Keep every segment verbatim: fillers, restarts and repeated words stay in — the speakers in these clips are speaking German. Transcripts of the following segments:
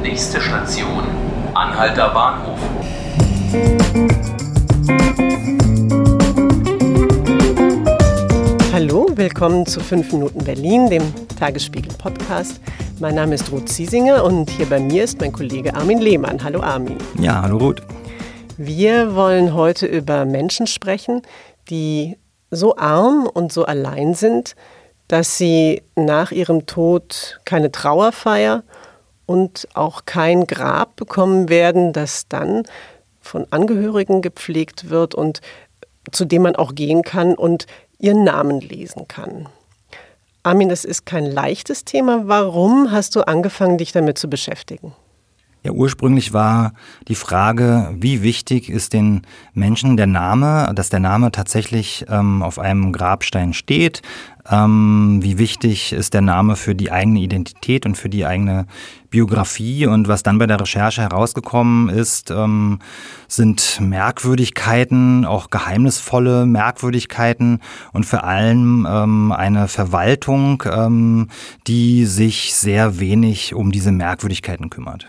Nächste Station, Anhalter Bahnhof. Hallo, willkommen zu fünf Minuten Berlin, dem Tagesspiegel-Podcast. Mein Name ist Ruth Ziesinger und hier bei mir ist mein Kollege Armin Lehmann. Hallo Armin. Ja, hallo Ruth. Wir wollen heute über Menschen sprechen, die so arm und so allein sind, dass sie nach ihrem Tod keine Trauerfeier und auch kein Grab bekommen werden, das dann von Angehörigen gepflegt wird und zu dem man auch gehen kann und ihren Namen lesen kann. Armin, das ist kein leichtes Thema. Warum hast du angefangen, dich damit zu beschäftigen? Ja, ursprünglich war die Frage, wie wichtig ist den Menschen der Name, dass der Name tatsächlich ähm, auf einem Grabstein steht. Ähm, wie wichtig ist der Name für die eigene Identität und für die eigene Biografie? Und was dann bei der Recherche herausgekommen ist, ähm, sind Merkwürdigkeiten, auch geheimnisvolle Merkwürdigkeiten und vor allem ähm, eine Verwaltung, ähm, die sich sehr wenig um diese Merkwürdigkeiten kümmert.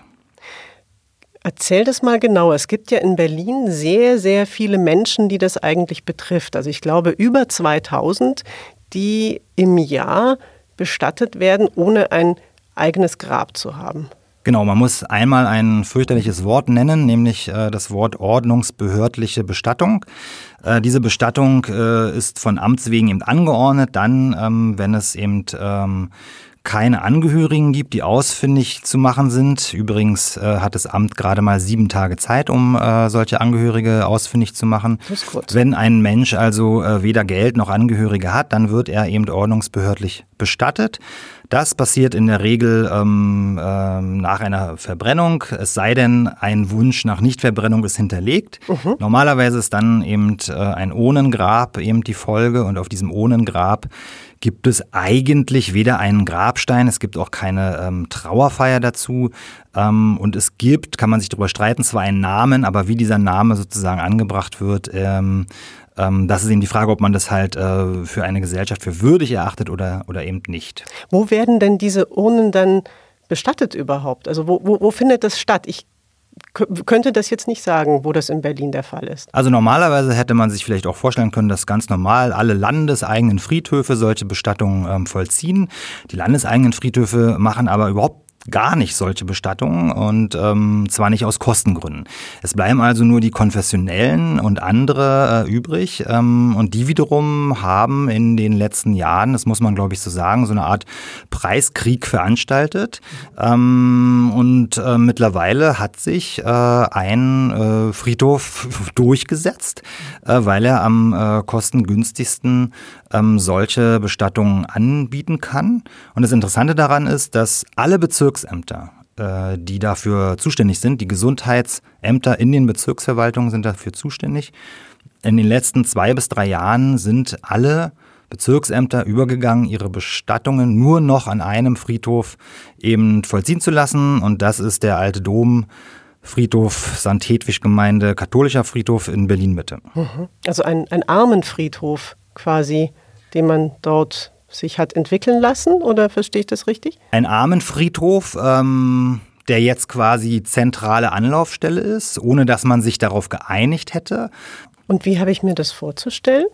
Erzähl das mal genau. Es gibt ja in Berlin sehr, sehr viele Menschen, die das eigentlich betrifft. Also ich glaube über zweitausend, die im Jahr bestattet werden, ohne ein eigenes Grab zu haben. Genau, man muss einmal ein fürchterliches Wort nennen, nämlich äh, das Wort ordnungsbehördliche Bestattung. Äh, diese Bestattung äh, ist von Amts wegen eben angeordnet, dann, ähm, wenn es eben ähm, keine Angehörigen gibt, die ausfindig zu machen sind. Übrigens äh, hat das Amt gerade mal sieben Tage Zeit, um äh, solche Angehörige ausfindig zu machen. Das ist kurz. Wenn ein Mensch also äh, weder Geld noch Angehörige hat, dann wird er eben ordnungsbehördlich bestattet. Das passiert in der Regel ähm, ähm, nach einer Verbrennung, es sei denn, ein Wunsch nach Nichtverbrennung ist hinterlegt. Mhm. Normalerweise ist dann eben äh, ein Urnengrab eben die Folge und auf diesem Urnengrab gibt es eigentlich weder einen Grabstein, es gibt auch keine ähm, Trauerfeier dazu ähm, und es gibt, kann man sich darüber streiten, zwar einen Namen, aber wie dieser Name sozusagen angebracht wird, ähm, ähm, das ist eben die Frage, ob man das halt äh, für eine Gesellschaft für würdig erachtet oder, oder eben nicht. Wo werden denn diese Urnen dann bestattet überhaupt? Also wo, wo, wo findet das statt? Ich könnte das jetzt nicht sagen, wo das in Berlin der Fall ist. Also normalerweise hätte man sich vielleicht auch vorstellen können, dass ganz normal alle landeseigenen Friedhöfe solche Bestattungen ähm, vollziehen. Die landeseigenen Friedhöfe machen aber überhaupt gar nicht solche Bestattungen und ähm, zwar nicht aus Kostengründen. Es bleiben also nur die konfessionellen und andere äh, übrig ähm, und die wiederum haben in den letzten Jahren, das muss man glaube ich so sagen, so eine Art Preiskrieg veranstaltet ähm, und äh, mittlerweile hat sich äh, ein äh, Friedhof durchgesetzt, äh, weil er am äh, kostengünstigsten ähm, solche Bestattungen anbieten kann. Und das Interessante daran ist, dass alle Bezirke Bezirksämter, die dafür zuständig sind, die Gesundheitsämter in den Bezirksverwaltungen sind dafür zuständig. In den letzten zwei bis drei Jahren sind alle Bezirksämter übergegangen, ihre Bestattungen nur noch an einem Friedhof eben vollziehen zu lassen. Und das ist der Alte Dom, Friedhof Sankt Hedwig Gemeinde, katholischer Friedhof in Berlin-Mitte. Also ein, ein Armenfriedhof quasi, den man dort sich hat entwickeln lassen, oder verstehe ich das richtig? Ein Armenfriedhof, ähm, der jetzt quasi zentrale Anlaufstelle ist, ohne dass man sich darauf geeinigt hätte. Und wie habe ich mir das vorzustellen?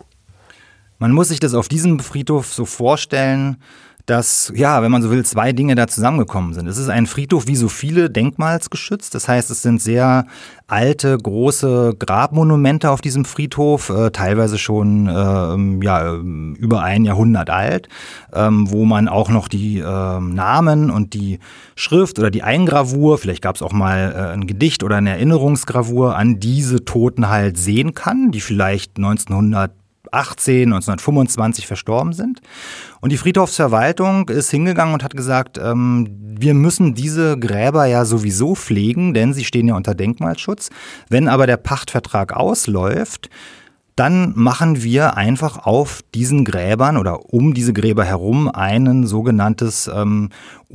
Man muss sich das auf diesem Friedhof so vorstellen, dass, ja, wenn man so will, zwei Dinge da zusammengekommen sind. Es ist ein Friedhof wie so viele denkmalsgeschützt. Das heißt, es sind sehr alte, große Grabmonumente auf diesem Friedhof, äh, teilweise schon äh, ja, über ein Jahrhundert alt, ähm, wo man auch noch die äh, Namen und die Schrift oder die Eingravur, vielleicht gab es auch mal äh, ein Gedicht oder eine Erinnerungsgravur an diese Toten halt sehen kann, die vielleicht neunzehnhundertachtzehn, neunzehnhundertfünfundzwanzig verstorben sind. Und die Friedhofsverwaltung ist hingegangen und hat gesagt, ähm, wir müssen diese Gräber ja sowieso pflegen, denn sie stehen ja unter Denkmalschutz. Wenn aber der Pachtvertrag ausläuft, dann machen wir einfach auf diesen Gräbern oder um diese Gräber herum ein sogenanntes ähm,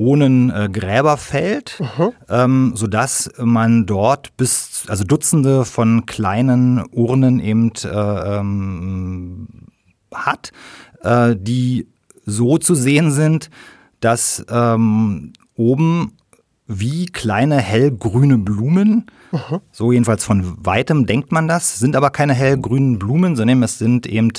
Urnengräberfeld, mhm. ähm, sodass man dort bis, also Dutzende von kleinen Urnen eben äh, ähm, hat, äh, die so zu sehen sind, dass ähm, oben wie kleine hellgrüne Blumen. Mhm. So jedenfalls von weitem denkt man das, sind aber keine hellgrünen Blumen, sondern es sind eben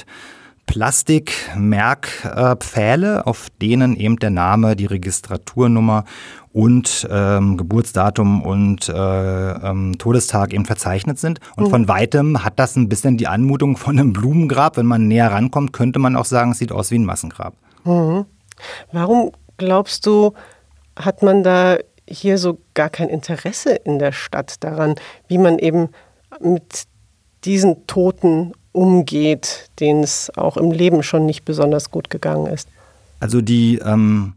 Plastikmerkpfähle, auf denen eben der Name, die Registraturnummer und ähm, Geburtsdatum und äh, ähm, Todestag eben verzeichnet sind. Und mhm. von weitem hat das ein bisschen die Anmutung von einem Blumengrab. Wenn man näher rankommt, könnte man auch sagen, es sieht aus wie ein Massengrab. Mhm. Warum glaubst du, hat man da hier so gar kein Interesse in der Stadt daran, wie man eben mit diesen Toten umgeht, denen es auch im Leben schon nicht besonders gut gegangen ist? Also die ähm,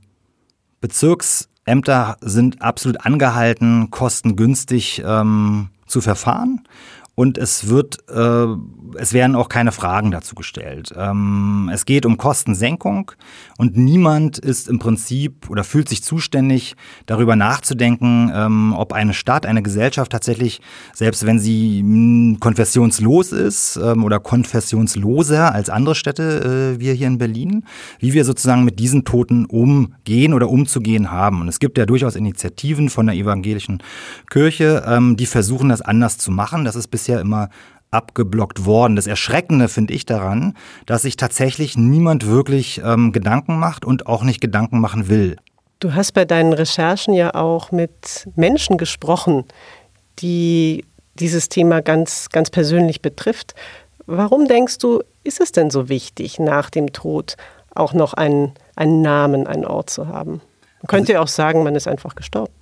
Bezirksämter sind absolut angehalten, kostengünstig ähm, zu verfahren. Und es wird, äh, es werden auch keine Fragen dazu gestellt. Ähm, es geht um Kostensenkung und niemand ist im Prinzip oder fühlt sich zuständig, darüber nachzudenken, ähm, ob eine Stadt, eine Gesellschaft tatsächlich, selbst wenn sie mh, konfessionslos ist ähm, oder konfessionsloser als andere Städte, äh, wir hier in Berlin, wie wir sozusagen mit diesen Toten umgehen oder umzugehen haben. Und es gibt ja durchaus Initiativen von der evangelischen Kirche, ähm, die versuchen, das anders zu machen. Das ist bisher immer abgeblockt worden. Das Erschreckende finde ich daran, dass sich tatsächlich niemand wirklich ähm, Gedanken macht und auch nicht Gedanken machen will. Du hast bei deinen Recherchen ja auch mit Menschen gesprochen, die dieses Thema ganz, ganz persönlich betrifft. Warum denkst du, ist es denn so wichtig, nach dem Tod auch noch einen, einen Namen, einen Ort zu haben? Man könnte ja auch sagen, man ist einfach gestorben.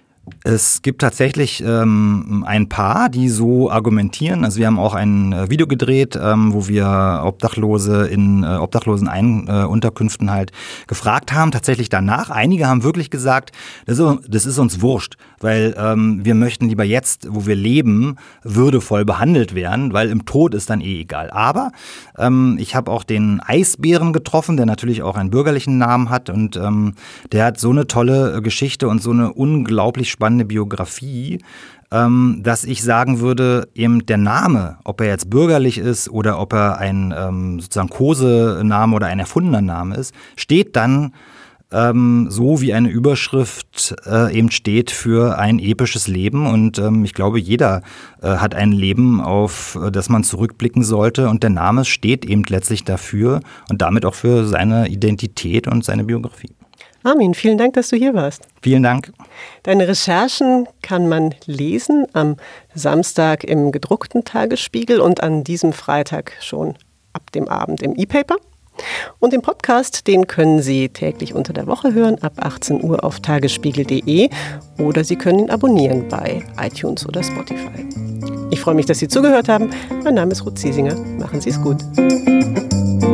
Es gibt tatsächlich ähm, ein Paar, die so argumentieren. Also wir haben auch ein äh, Video gedreht, ähm, wo wir Obdachlose in äh, obdachlosen Ein- äh, Unterkünften halt gefragt haben. Tatsächlich danach. Einige haben wirklich gesagt, das ist, das ist uns wurscht, weil ähm, wir möchten lieber jetzt, wo wir leben, würdevoll behandelt werden, weil im Tod ist dann eh egal. Aber ähm, ich habe auch den Eisbären getroffen, der natürlich auch einen bürgerlichen Namen hat und ähm, der hat so eine tolle Geschichte und so eine unglaublich spannende Biografie, ähm, dass ich sagen würde, eben der Name, ob er jetzt bürgerlich ist oder ob er ein ähm, sozusagen Kosename oder ein erfundener Name ist, steht dann ähm, so wie eine Überschrift äh, eben steht für ein episches Leben. Und ähm, ich glaube, jeder äh, hat ein Leben, auf äh, das man zurückblicken sollte. Und der Name steht eben letztlich dafür und damit auch für seine Identität und seine Biografie. Armin, vielen Dank, dass du hier warst. Vielen Dank. Deine Recherchen kann man lesen am Samstag im gedruckten Tagesspiegel und an diesem Freitag schon ab dem Abend im E-Paper. Und den Podcast, den können Sie täglich unter der Woche hören, ab achtzehn Uhr auf tagesspiegel punkt de oder Sie können ihn abonnieren bei iTunes oder Spotify. Ich freue mich, dass Sie zugehört haben. Mein Name ist Ruth Ziesinger. Machen Sie es gut.